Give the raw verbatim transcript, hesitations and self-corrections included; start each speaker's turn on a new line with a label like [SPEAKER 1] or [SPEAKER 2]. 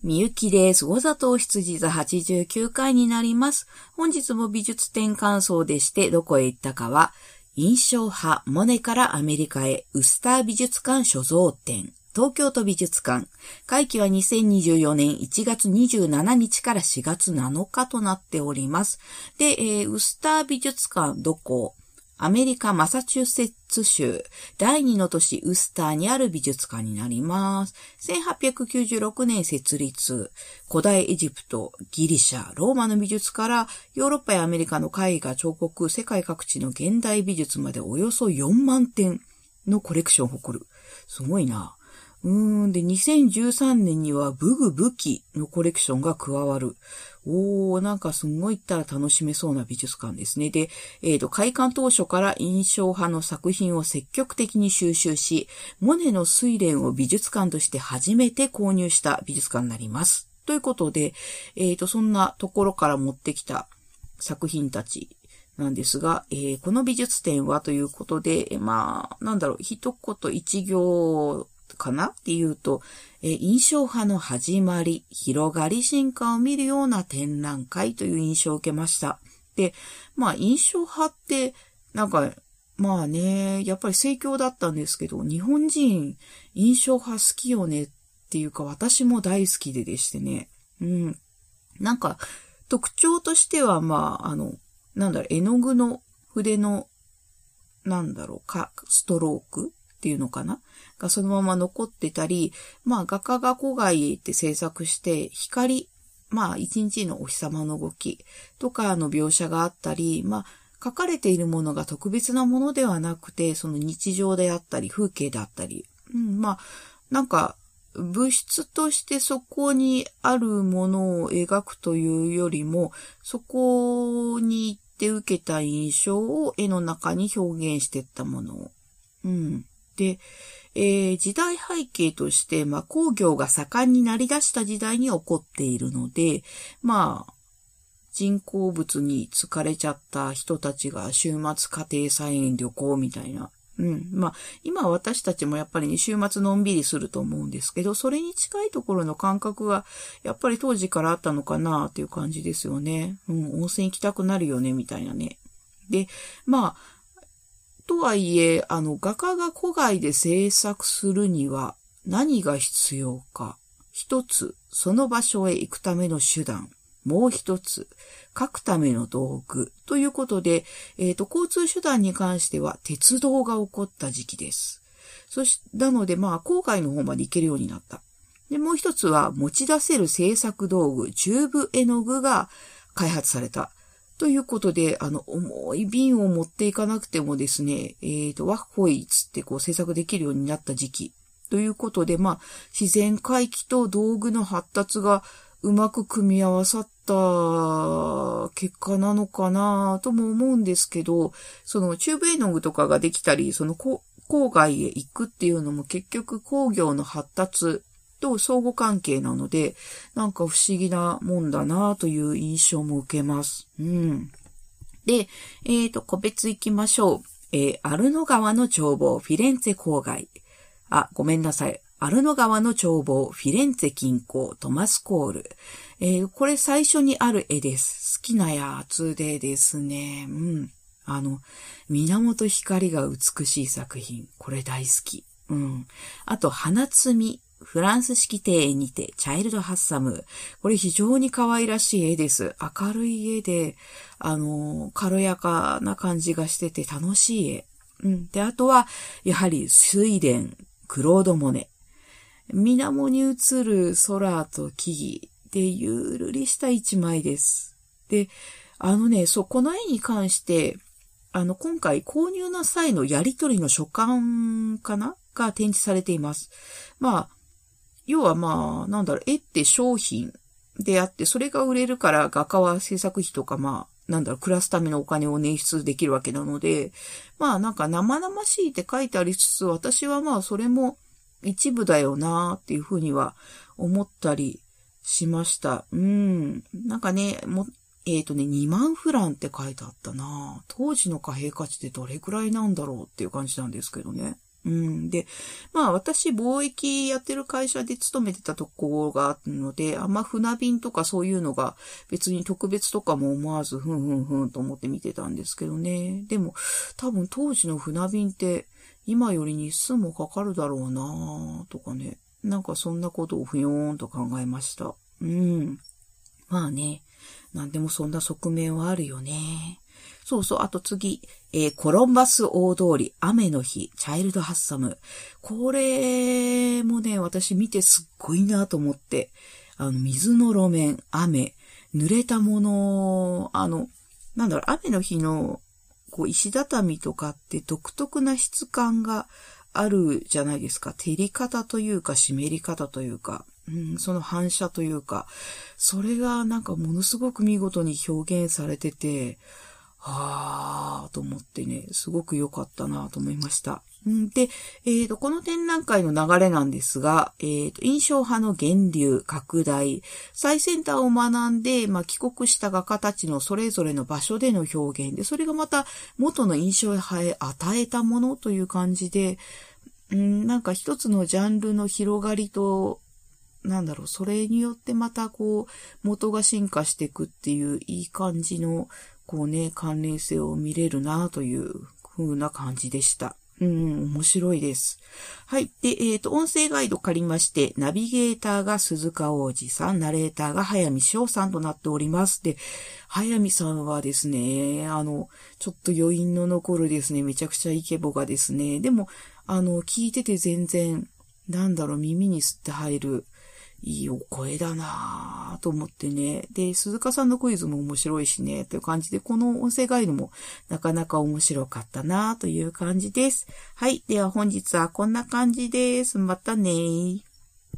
[SPEAKER 1] みゆきです。ござとう羊座はちじゅうきゅうかいになります。本日も美術展感想でして、どこへ行ったかは、印象派モネからアメリカへウスター美術館所蔵展。東京都美術館。会期はにせんにじゅうよねんいちがつにじゅうしちにちからしがつなのかとなっております。で、えー、ウスター美術館どこ？アメリカ・マサチューセッツ州だいにの都市ウスターにある美術館になります。せんはっぴゃくきゅうじゅうろくねん設立。古代エジプト、ギリシャ、ローマの美術からヨーロッパやアメリカの絵画、彫刻、世界各地の現代美術までおよそよんまんてんのコレクションを誇る。すごいな。うーん。で、にせんじゅうさんねんには武具武器のコレクションが加わる。おー、なんかすごい行ったら楽しめそうな美術館ですね。で、えっと、開館当初から印象派の作品を積極的に収集し、モネの睡蓮を美術館として初めて購入した美術館になります。ということで、えっと、そんなところから持ってきた作品たちなんですが、えー、この美術展はということで、まあ、なんだろう、一言一行、かなっていうと、えー、印象派の始まり、広がり、進化を見るような展覧会という印象を受けました。で、まあ印象派って、なんか、まあね、やっぱり盛況だったんですけど、日本人印象派好きよねっていうか、私も大好きででしてね。うん。なんか、特徴としては、まあ、あの、なんだろう、絵の具の筆の、なんだろう、か、ストロークっていうのかながそのまま残ってたり、まあ画家が古外って制作して光、まあ一日のお日様の動きとかの描写があったり、まあ書かれているものが特別なものではなくて、その日常であったり風景であったり、うん、まあなんか物質としてそこにあるものを描くというよりも、そこに行って受けた印象を絵の中に表現していったものを。うん、で、えー、時代背景として、まあ、工業が盛んになり出した時代に起こっているので、まあ、人工物に疲れちゃった人たちが週末家庭菜園旅行みたいな。うん。まあ、今私たちもやっぱりね、週末のんびりすると思うんですけど、それに近いところの感覚が、やっぱり当時からあったのかなっていう感じですよね。うん、温泉行きたくなるよね、みたいなね。で、まあ、とはいえ、あの、画家が古外で制作するには何が必要か。一つ、その場所へ行くための手段。もう一つ、書くための道具。ということで、えっと、交通手段に関しては鉄道が起こった時期です。そし、なので、まあ、郊外の方まで行けるようになった。で、もう一つは、持ち出せる制作道具、チューブ絵の具が開発された。ということで、あの、重い瓶を持っていかなくてもですね、えっと、ワッホイつってこう制作できるようになった時期。ということで、まあ、自然回帰と道具の発達がうまく組み合わさった結果なのかなとも思うんですけど、そのチューブ絵の具とかができたり、その郊外へ行くっていうのも結局工業の発達と相互関係なので、なんか不思議なもんだなという印象も受けます。うん。で、えっと、個別行きましょう。えー、アルノ川の眺望、フィレンツェ郊外。あ、ごめんなさい。アルノ川の眺望、フィレンツェ近郊、トマスコール。えー、これ最初にある絵です。好きなやつでですね。うん。あの、源光が美しい作品。これ大好き。うん。あと、花摘み。フランス式庭園にて、チャイルドハッサム。これ非常に可愛らしい絵です。明るい絵で、あの、軽やかな感じがしてて楽しい絵。うん。で、あとは、やはり、睡蓮、クロード・モネ。水面に映る空と木々で、ゆるりした一枚です。で、あのね、そう、この絵に関して、あの、今回購入の際のやりとりの書簡かなが展示されています。まあ、要はまあ、なんだろう、絵って商品であって、それが売れるから画家は制作費とかまあ、なんだろう、暮らすためのお金を捻出できるわけなので、まあなんか生々しいって書いてありつつ、私はまあそれも一部だよなっていうふうには思ったりしました。うん。なんかね、もえっとね、にまんフランって書いてあったな。当時の貨幣価値ってどれくらいなんだろうっていう感じなんですけどね。 うん。で、まあ私貿易やってる会社で勤めてたところがあるので、あんま船便とかそういうのが別に特別とかも思わずふんふんふんと思って見てたんですけどね。でも多分当時の船便って今より日数もかかるだろうなとかね。なんかそんなことをふよーんと考えました。うん。まあね。なんでもそんな側面はあるよね。そうそう、あと次、えー、コロンバス大通り、雨の日、チャイルドハッサム。これもね、私見てすっごいなと思って、あの、水の路面、雨、濡れたもの、あの、なんだろう、雨の日の、こう、石畳とかって独特な質感があるじゃないですか。照り方というか、湿り方というか、うん、その反射というか、それがなんかものすごく見事に表現されてて、はぁーと思ってね、すごく良かったなと思いました。で、えっと、この展覧会の流れなんですが、えっと、印象派の源流、拡大、最先端を学んで、まあ、帰国した画家たちのそれぞれの場所での表現で、それがまた元の印象派へ与えたものという感じで、うん、なんか一つのジャンルの広がりと、なんだろう、それによってまたこう、元が進化していくっていういい感じの、こうね、関連性を見れるなという風な感じでした。うん、面白いです。はい。で、えっと、音声ガイド借りまして、ナビゲーターが鈴鹿央士さん、ナレーターが早見翔さんとなっております。で、早見さんはですね、あの、ちょっと余韻の残るですね、めちゃくちゃイケボがですね、でも、あの、聞いてて全然、なんだろう、耳に吸って入る、いいお声だなぁと思ってね。で、鈴鹿さんのクイズも面白いしね、という感じで、この音声ガイドもなかなか面白かったなぁという感じです。はい。では本日はこんな感じです。またねー。